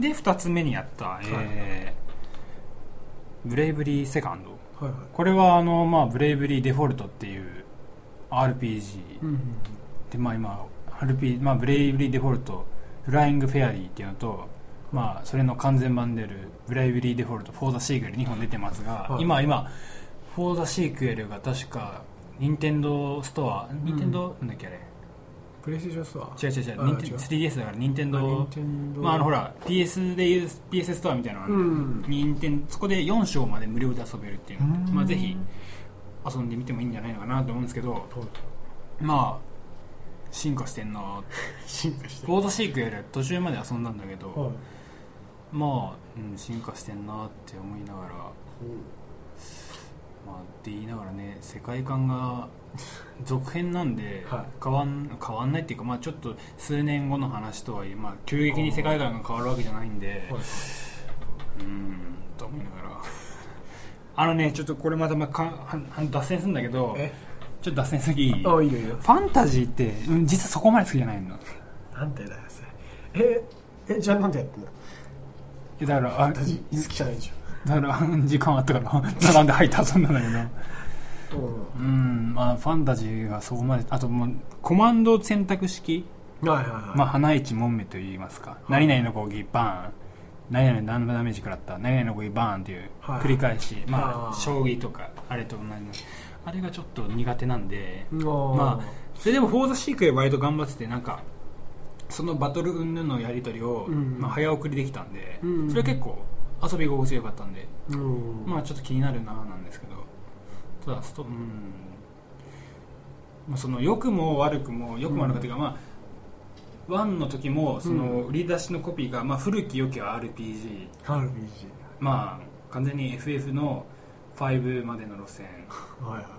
S1: でふたつめにやった、はいえー、ブレイブリーセカンド、はいはい、これはあの、まあ、ブレイブリーデフォルトっていう アールピージー、うんうんうん、でまあ今 アールピー、まあ、ブレイブリーデフォルトフライングフェアリーっていうのとまあそれの完全版であるブレイブリーデフォルトフォーザシークエルにほん出てますが、はい、今今フォーザシークエルが確か任天堂ストア、任天堂なんだっけあれ、
S2: プレイステーションストア、
S1: 違う違う違う、スリーディーエス だから任天堂、まああのほら ピーエス でいう ピーエス ストアみたいなのがある、うん、任天そこでよん章まで無料で遊べるっていうので、まあぜひ遊んでみてもいいんじゃないのかなと思うんですけど、まあ進化してんな。進化してる。フォーザシークエル途中まで遊んだんだけど、はい、まあ、うん、進化してんなって思いながら。まあ、って言いながらね世界観が続編なんで変わん、変わんないっていうか、まあ、ちょっと数年後の話とはいえ、まあ、急激に世界観が変わるわけじゃないんでうーんと思いながらあのねちょっとこれまたまあかん脱線するんだけどちょっと脱線すぎいい？
S2: あいいよいいよ。
S1: ファンタジーって、うん、実はそこまで好きじゃないの。
S2: なんでだよそれ。ええじゃあなんでやってんの？
S1: えだから
S2: ファンタジー好きじゃないでしょ。
S1: だから時間あったから並んで入って遊んだんだけどうん、まあ、ファンタジーがそこまであともうコマンド選択式、
S2: はいはいはい、
S1: まあ、花一門目といいますか、はい、何々の攻撃バーン何々何のダメージ食らった何々の攻撃バーンっていう繰り返し、はい、まあ、将棋とかあれと同じあれがちょっと苦手なんでまあそれでもフォーザシークエル割と頑張っててなんかそのバトル云々のやり取りを、うんまあ、早送りできたんで、うん、それは結構遊び心地良かったんで、うん、まあちょっと気になるななんですけどただスト、うんまあ、その良くも悪くも良くも悪くというか、うん、まあワンの時もその売り出しのコピーが、まあ、古き良きは アールピージー、
S2: アールピージー
S1: まあ完全に エフエフ のファイブまでの路線
S2: はい、はい、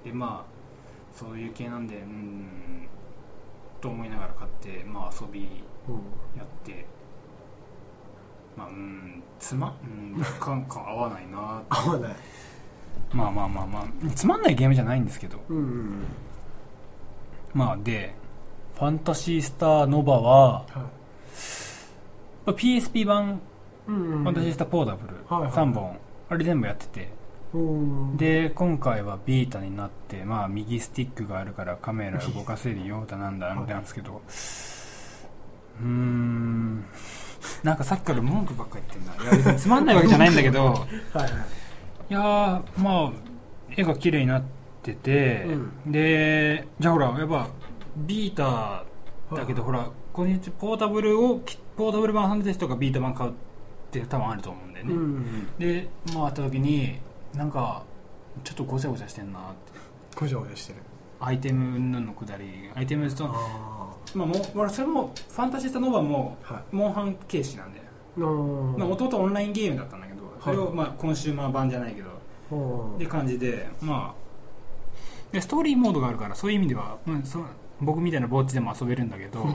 S1: でまあそういう系なんでうんと思いながら買って、まあ、遊びやって、うんまあ、うんつまうん感感合わないな
S2: 合わない
S1: まあまあまあまあつまんないゲームじゃないんですけど、うんうんうん、まあでファンタシースターノバは、はい、ピーエスピー 版、うんうんうん、ファンタシースターポータブル、はいはい、さんぼんあれ全部やっててで今回はビータになって、まあ、右スティックがあるからカメラ動かせるようだなんだなんなんですけど、はい、うーんなんかさっきから文句ばっかり言ってんだ。いや別につまんないわけじゃないんだけどはい、はい、いやまあ絵が綺麗になってて、うん、でじゃあほらやっぱビータだけど、はい、ほらこのポータブルをポータブル版ハンドテストとかビータ版買うって多分あると思うんだよね、うんうん、でまああった時になんかちょっとごちゃごちゃしてんなって
S2: ごちゃごちゃしてる
S1: アイテム云々のくだりアイテムとまあ、もうそれもファンタジスタノバもモンハン形式なんで、はいまあ、元々オンラインゲームだったんだけどそれをまあコンシューマー版じゃないけどって感じでまあでストーリーモードがあるからそういう意味では、うん、そ僕みたいなぼっちでも遊べるんだけど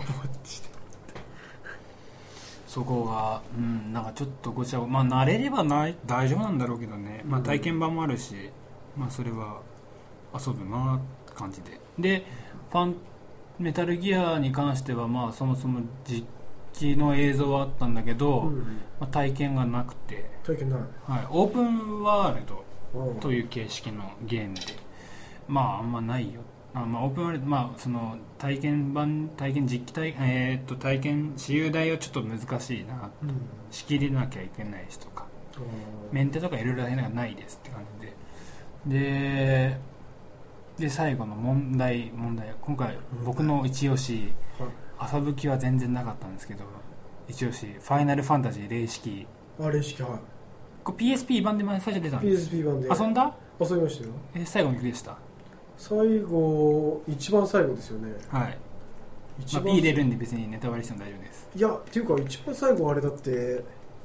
S1: そこが、うん、なんかちょっとごちゃごちゃまあ慣れればない大丈夫なんだろうけどね、まあ、体験版もあるし、まあ、それは遊ぶなって感じででファンメタルギアに関してはまあそもそも実機の映像はあったんだけど、うんまあ、体験がなくて
S2: 体験ない、
S1: はい、オープンワールドという形式のゲームでまああんまないよあ、まあ、オープンワールド、まあ、その体験版体験実機体、えー、っと体験私有代はちょっと難しいな、うん、仕切りなきゃいけないしとかメンテとかいろいろないですって感じででで最後の問題問題今回僕の一押し、朝吹きは全然なかったんですけど、一押しファイナルファンタジー霊式。
S2: あ、霊式、はい。
S1: これ ピーエスピー 版で前最初出たんです。
S2: ピーエスピー 版で
S1: 遊んだ？
S2: 遊びましたよ。
S1: え最後のいくでした？
S2: 最後、一番最後ですよね。
S1: はい。一番、まあ、P 入れるんで別にネタバレしても大丈夫です。い
S2: やっていうか一番最後あれだって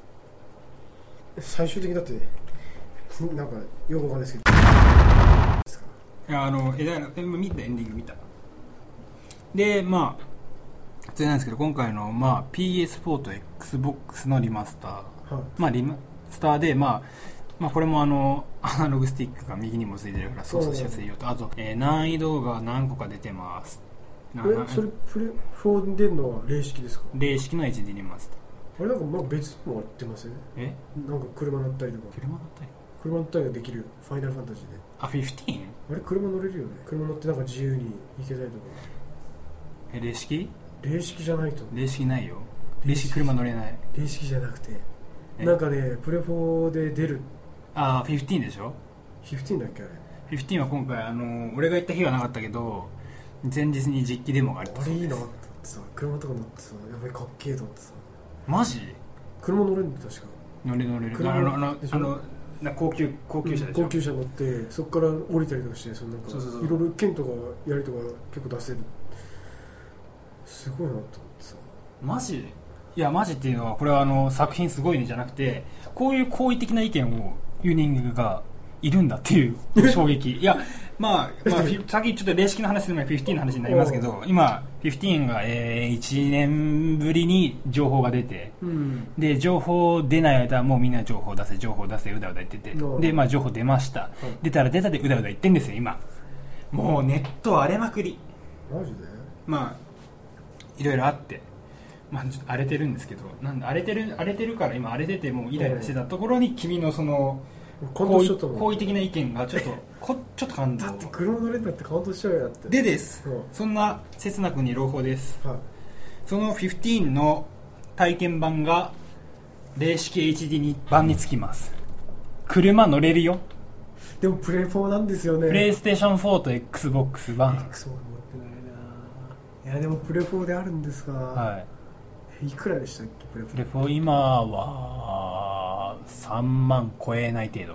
S2: 最終的だってなんかよくわかんないですけど、
S1: いやあのえだから見たエンディング見た。でまあ普通なんですけど、今回の、まあ、ピーエスフォー と Xbox のリマスター、はい、まあリマスターでまあまあ、これもあのアナログスティックが右にもついてるから操作しやすいよと、あと、えー、難易度が何個か出てます。
S2: えそれプレフォーで出るのは霊式ですか？
S1: 霊式の エイチディー リマスター。
S2: あれなんかまあ別にもやってません？えなんか車乗ったりとか
S1: 車乗ったり
S2: 車乗ったりができるファイナルファンタジーで。
S1: あ、じゅうご？
S2: あれ車乗れるよね。車乗ってなんか自由に行けたりとか。
S1: え霊式？
S2: 霊式じゃないと。
S1: 霊式ないよ。霊式車乗れない。
S2: 霊式じゃなくてなんかねプレフォーで出る。
S1: ああ、じゅうごでしょ？
S2: じゅうごだっけあれ。
S1: じゅうごは今回あの俺が行った日はなかったけど前日に実機デモがあったそうです。
S2: あれいいなってさ、車とか乗ってさ、やっぱりかっけえと思ってさ。
S1: マジ？
S2: 車乗れるんだ確か。
S1: 乗れ乗れる。あのあのあのな高級高級車でしょ、
S2: うん、高級車乗ってそこから降りたりとかして、そのなんかいろいろ剣とかやりとか結構出せる。すごいなと思ってさ。
S1: マジ？いやマジっていうのはこれはあの作品すごいねじゃなくて、こういう好意的な意見をユーニングがいるんだっていう衝撃。いやまあ、まあ、さっきちょっと霊式の話する前にじゅうごの話になりますけど、今じゅうごが、えー、いちねんぶりに情報が出て、うん、で情報出ない間もうみんな情報出せ情報出せうだうだ言ってて、でまあ情報出ました、うん、出たら出たでうだうだ言ってんですよ今。もうネット荒れまくり。
S2: マジで？
S1: まあいろいろあってまあ、ちょっと荒れてるんですけど、なんで荒れてる荒れてるから今荒れててもうイライラしてたところに君のその好意, 好意的な意見がちょっとこちょっと感動。
S2: だって車乗れんだって感動しちゃうよって。
S1: でです、うん、そんな切なくに朗報です、はい、そのじゅうごの体験版が霊式 エイチディー 版につきます。車乗れるよ。
S2: でもプレイフォーなんですよね。
S1: プレイステーションフォーと XBOX 版。
S2: X 持ってないな。いやでもプレイフォーであるんですが、はい、いくらでしたっけプレフォー？
S1: プレフォー今はさんまん超えない程度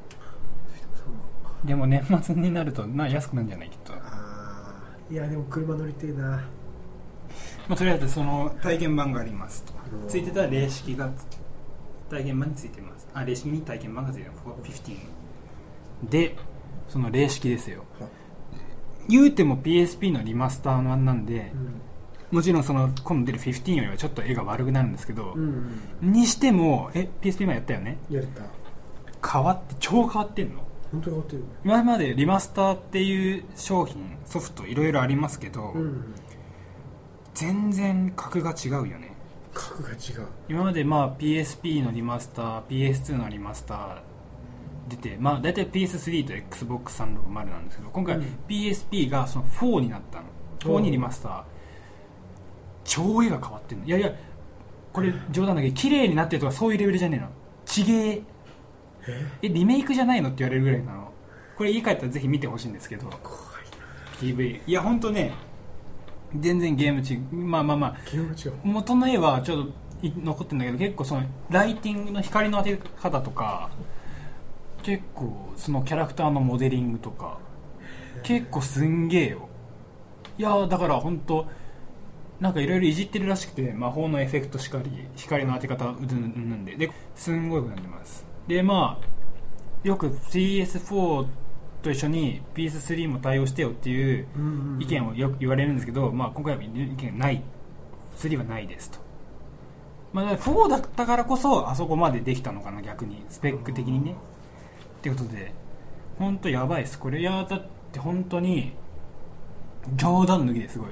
S1: でも年末になるとな安くなるんじゃないきっと。
S2: あいやでも車乗りてえな。ま
S1: あ、とりあえずその体験版がありますと。ついてた霊式が体験版についてます。あ霊式に体験版がついてます。じゅうごでその霊式ですよ。言うても ピーエスピー のリマスター版なんで、うんもちろんその今度出るじゅうごよりはちょっと絵が悪くなるんですけど、うんうん、にしてもえ ピーエスピー 前やったよね。
S2: やれた。
S1: 変わって超変わってんの。
S2: 本当に変わってる。
S1: 今までリマスターっていう商品ソフトいろいろありますけど、うん、全然格が違うよね。
S2: 格が違う。
S1: 今までまあ ピーエスピー のリマスター ピーエスツー のリマスター出て、まあ大体 ピーエススリー と エックスボックスさんろくまる なんですけど、今回 ピーエスピー がそのフォーになったの。フォーにリマスター。超絵が変わってるの。いやいやこれ冗談だけど綺麗になってるとかそういうレベルじゃねえの。ちげええリメイクじゃないのって言われるぐらいなの。これ家帰ったらぜひ見てほしいんですけど、怖いな ピーブイ。 いや本当ね全然ゲーム違う。まあまあまあ
S2: ゲーム違う。
S1: 元の絵はちょっと残ってるんだけど、結構そのライティングの光の当て方とか結構そのキャラクターのモデリングとか結構すんげえよ。いやだから本当なんかいろいろいじってるらしくて、魔法のエフェクトしかり光の当て方うぬんでですんごいくなってます。でまあよく ピーエスフォー と一緒に ピーエススリー も対応してよっていう意見をよく言われるんですけど、まあ今回は意見ない、スリーはないですと。まあフォーだったからこそあそこまでできたのかな、逆にスペック的にねっていうことで本当やばいですこれ。いやだって本当に冗談抜きですごい。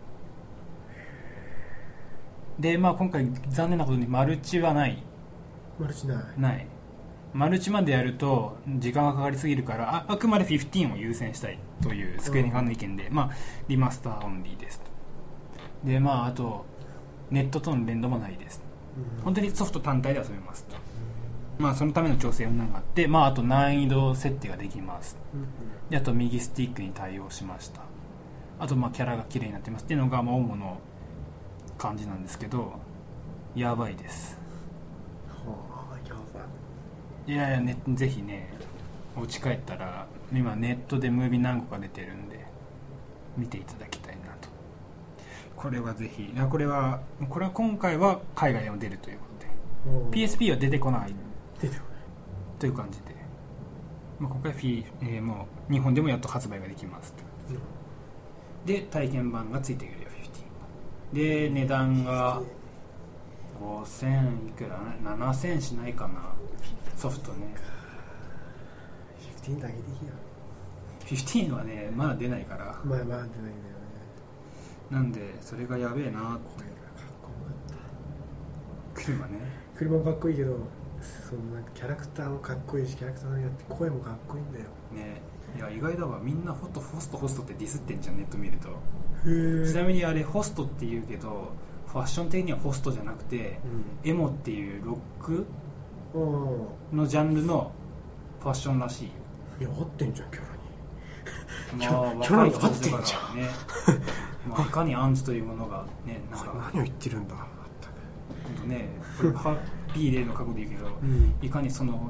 S1: でまあ今回残念なことにマルチはない。
S2: マルチない
S1: ないマルチまでやると時間がかかりすぎるから、 あ, あくまでじゅうごを優先したいというスクエニファンの意見で、うん、まあリマスターオンリーですと。でまああとネットとの連動もないです、うん、本当にソフト単体で遊べますと。 まあそのための調整があって、まああと難易度設定ができます、うんうん、であと右スティックに対応しました。あとまあキャラが綺麗になってますっていうのがまあ主の感じなんですけど、やばいです。
S2: はあ、やば
S1: い。いやいや、ね、ぜひね、お家帰ったら今ネットでムービー何個か出てるんで見ていただきたいなと。これはぜひ、これはこれは今回は海外でも出るということで、 ピーエスピー は出てこない
S2: 出てこない
S1: という感じで、まあ、今回フィ、えー、もう日本でもやっと発売ができますと、うん、で体験版がついてくるよじゅうで値段がごせんいくらななせんしないかな、ソフトね。
S2: じゅうだけでいいや。
S1: じゅうはねまだ出ないから、
S2: まあまあ出ないんだよね。
S1: なんでそれがやべえな。
S2: 声がかっこよかった。
S1: 車ね、
S2: 車もかっこいいけど、そのなんかキャラクターもかっこいいし、キャラクターによって声もかっこいいんだよ
S1: ね。いや意外だわ、みんなホストホストホストってディスってんじゃん、ネット見ると。
S2: へ
S1: ちなみにあれホストって言うけどファッション的にはホストじゃなくて、うん、エモっていうロックのジャンルのファッションらしいよ。
S2: いや合ってんじゃんキャラに。
S1: まあ若い人たちだからねまあいかにアンチというものがね、なんか
S2: 何を言ってるんだ
S1: 本当ね、これハッピー例の過去で言うけど、うん、いかにその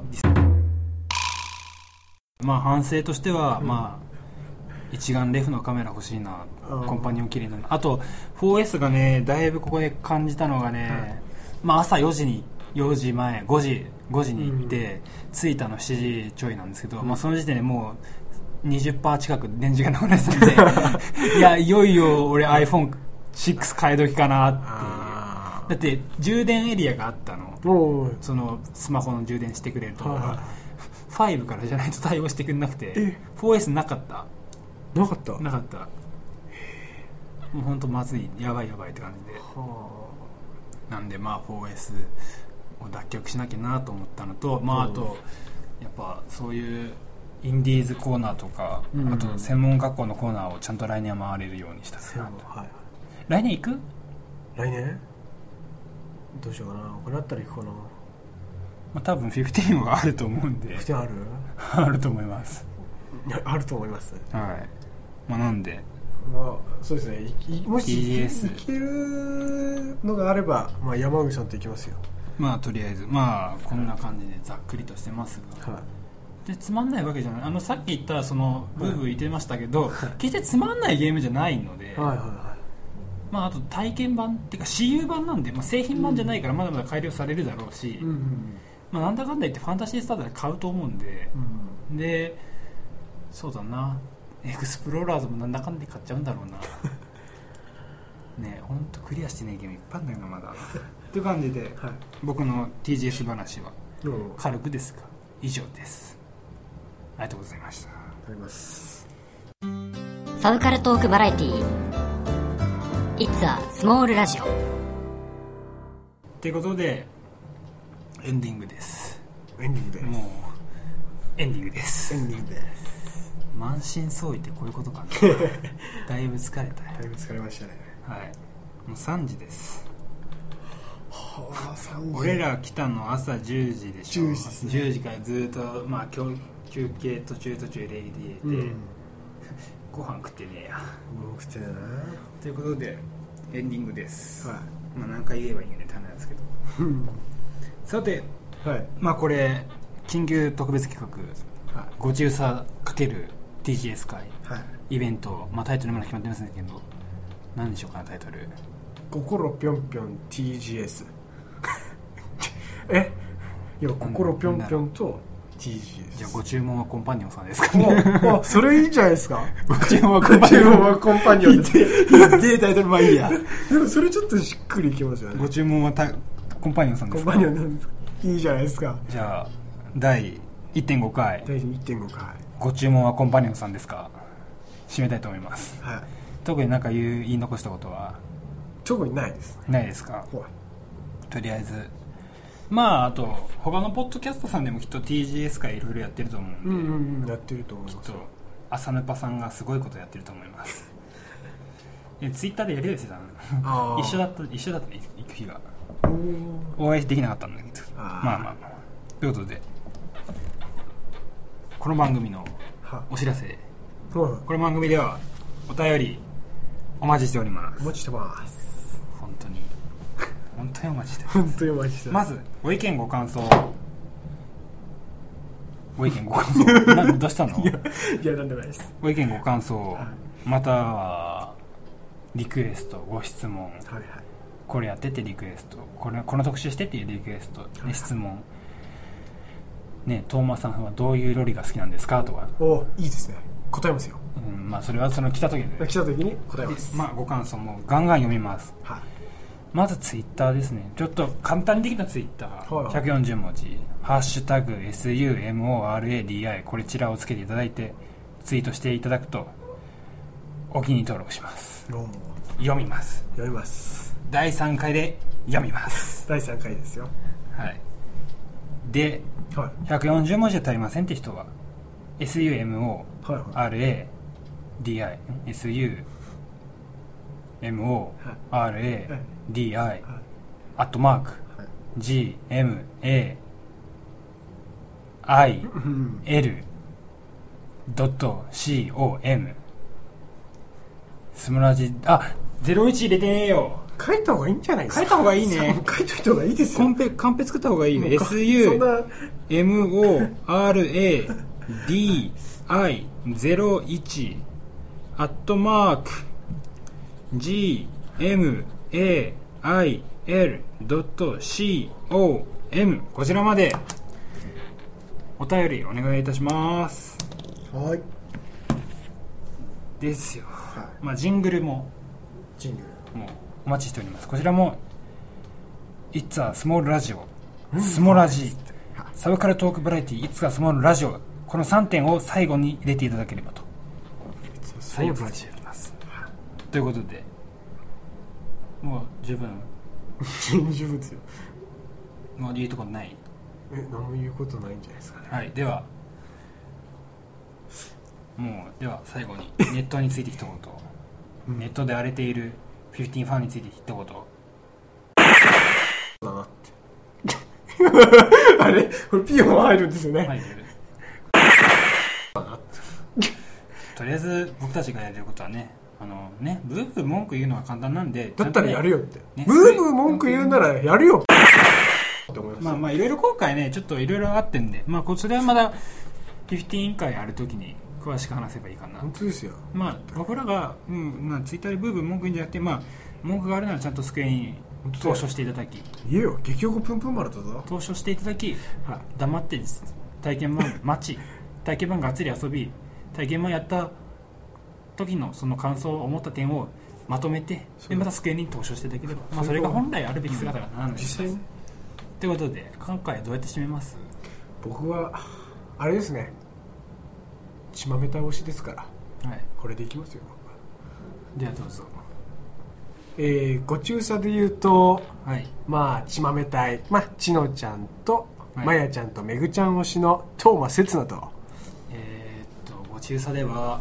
S1: まあ反省としては、うん、まあ一眼レフのカメラ欲しいな、コンパニオン綺麗な。あと フォーエス がねだいぶここで感じたのがね、うん、まあ朝よじによじまえごじに行って、うん、着いたのしちじちょいなんですけど、うん、まあその時点でもう にじゅっパーセント 近く電池がなくなってたんでいやいよいよ俺 アイフォンシックス 変え時かなっていう。だって充電エリアがあったの、そのスマホの充電してくれるところがファイブからじゃないと対応してくれなくて フォーエス なかった
S2: なかった
S1: なかったもう本当まずい、やばいやばいって感じで、なんでまあ フォーエス を脱却しなきゃなと思ったのと、まああとやっぱそういうインディーズコーナーとか、うん、あと専門学校のコーナーをちゃんと来年は回れるようにしたいなと、はい、来年行く？
S2: 来年どうしようかな、これだったら行くかな。ま
S1: あ多分じゅうごはあると思うんで。
S2: じゅうごある？
S1: あると思います。
S2: あると思います。
S1: はい。まあなんで、
S2: まあそうですね。もし ティージーエス 行けるのがあれば、まあ山口さんと行きますよ。
S1: まあとりあえずまあこんな感じでざっくりとしてますが。はい。でつまんないわけじゃない。あのさっき言ったそのブーブー言ってましたけど、はい、決してつまんないゲームじゃないので。はいはいはい。まあ、あと体験版っていうか シーユー 版なんで、まあ、製品版じゃないからまだまだ改良されるだろうし、うんうんうん、まあ、なんだかんだ言ってファンタジースタートで買うと思うんで、うん、でそうだな、エクスプローラーズもなんだかんだで買っちゃうんだろうなねえ、ほんとクリアしてねえゲームいっぱいあるんだよなまだという感じで、はい、僕の ティージーエス 話は軽くですが以上です。ありがとうございました。ありがとうございます。
S3: サブカルトークバラエティーIt's a small radio
S1: ってことでエンディングです。
S2: エンディングです。
S1: もうエンディングです。
S2: エンディングです。
S1: 満身創痍ってこういうことかなだいぶ疲れたよ。
S2: だいぶ疲れましたね。
S1: はい、もうさんじです。
S2: はあ、さんじ。
S1: 俺ら来たの朝じゅうじでしょ。
S2: じゅうじですね。
S1: じゅうじからずっとまあ休憩途中途中レイディーで、うん、ご飯食ってねえや。
S2: ご飯食ってねえな。
S1: ということでエンディングです。はい。まあ何回言えばいいんでためなんですけど。さて、はい。まあこれ緊急特別企画、はい、ごじゅうさ ×ティージーエス 会、はい、イベント、まあタイトルまだ決まってますけど、何でしょうかなタイトル。
S2: 心ぴょんぴょん ティージーエス え、いや心ぴょんぴょんとティージーエス。
S1: じゃあご注文はコンパニオンさんですかね。
S2: あ、それいいんじゃないですか。
S1: ご注文はコンパニオン。
S2: はコンパニオンで。
S1: でタイトルまあいいや。
S2: でもそれちょっとしっくりいきますよね。
S1: ご注文はたコンパニオンさんですか。
S2: コンパニオンなんですか。いいじゃないですか。
S1: じゃあだい いってんご 回。
S2: だい いってんご 回。
S1: ご注文はコンパニオンさんですか。締めたいと思います。はい。特に何か言う言い残したことは
S2: 特にないです。
S1: ないですか。とりあえず。まああと他のポッドキャストさんでもきっと ティージーエス 会いろいろやってると思うんで、うん
S2: うんうん、やってると思います。
S1: きっと朝ぬぱさんがすごいことやってると思います。ツイッターでやりやすいだな。一緒だった一緒だったね、行く日がお会いできなかったんだけど、あまあまあまあということでこの番組のお知らせ、この番組ではお便りお待ちしております。
S2: お待ちしてます。
S1: 本当に本当にお待ちしてます。
S2: 本当にお待ちしてます。
S1: まずご意見ご感想ご意見ご感想などうしたの？
S2: いや、いやなんでもないです。
S1: ご意見ご感想、はい、またはリクエストご質問、はいはい、これやってってリクエスト、これこの特集してっていうリクエスト、ね、はいはい、質問ね、トーマさんはどういうロリが好きなんですかとか。
S2: お、いいですね、答えますよ。
S1: うん、まあそれはその来た時に
S2: 来た時に答えます。
S1: まあご感想もガンガン読みます。はい、まずツイッターですね。ちょっと簡単にできたツイッター、はいはい、ひゃくよんじゅうもじ、ハッシュタグ エスユーエムオーアールエーディーアイ これちらをつけていただいてツイートしていただくとお気に入り登録します。読みます
S2: 読みます
S1: だいさんかいで読みます
S2: だいさんかいですよ。
S1: はい。で、はい、ひゃくよんじゅうもじで足りませんって人は エスユーエムオーアールエーディーアイ エスユーエムオーアールエーディーアイ アットマーク ジーエムエーアイエルドットシーオーエム スムラジ、あ、ゼロいち入れてねえよ。
S2: 書いた方がいいんじゃないですか。
S1: 書いた方がいいね。
S2: 書いといた方がいいですよ。
S1: カンペ、カンペ作った方がいいね。エスユーエムオーアールエーディーアイゼロいち アットマーク ジーエムエーアイエルドットシーオーエム こちらまでお便りお願いいたします。
S2: はい。
S1: ですよ。はい、まあジングルも
S2: ジングル
S1: もうお待ちしております。こちらも It's a Small Radio、うん、スモラジ、サブカルトークバラエティ It's a Small Radio、このさんてんを最後に入れていただければと採用させていただきます。ということでもう十分
S2: 十分ですよ。
S1: もう言うとこない。
S2: え、何も言うことないんじゃないですかね。
S1: はい、ではもうでは最後にネットについて一言、うん、ネットで荒れているフィフティーンファンについて一言
S2: だなってあれこれピーも入るんですよね。入る
S1: だなってとりあえず僕たちがやれることはね、あのね、ブーブー文句言うのは簡単なんで、
S2: だったらやるよって、ね、ブーブー文句言うならやるよって思います。
S1: まあまあいろいろ今回ねちょっといろいろあってんで、まあこちらはまだフィフティーン回あるときに詳しく話せばいいかな。
S2: 本当ですよ。
S1: まあ僕らが、うんまあ、ツイッターでブーブー文句言うんじゃなくて、まあ文句があるならちゃんと机に投書していただき、
S2: いいよ、激横プンプン丸だぞ。
S1: 投書していただき、はい、黙って体験版待ち体験版がっつり遊び、体験版やった時のその感想を思った点をまとめて、でまた机に投書していただければ、まあ、それが本来あるべき姿がなんです。実際ね。ということで今回どうやって締めます？
S2: 僕はあれですね、血まめた推しですから、はい、これでいきますよ。
S1: ではどうぞ。
S2: えー、ご中佐で言うと、はい、まあ血まめたい、まあちのちゃんと、はい、まやちゃんとめぐちゃん推しの東間刹那と、
S1: えー、っとご中佐では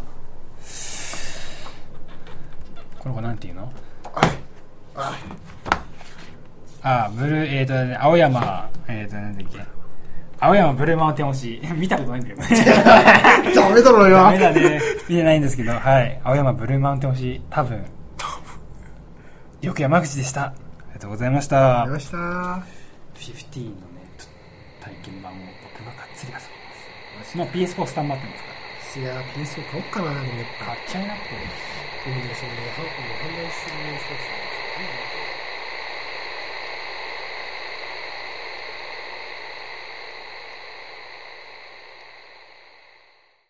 S1: この子なんていうの？ああ、ブルー、えー、っとね、青山、えー、っとなんだっけ、青山ブルーマウンテン推し見たことないんだよね
S2: ダメだろうよ。
S1: ダメだね、見てないんですけど、はい、青山ブルーマウンテン推し、多分よく山口でした。ありがとうございました。
S2: ありがとうございました。
S1: フィフティーンのね体験版を僕ががっつり遊びます。もう ピーエスフォー スタンバってますから。
S2: いや ピーエスフォー 買おうかな。でも
S1: 買っちゃいなって。
S2: でもね、そのね、販売する人たち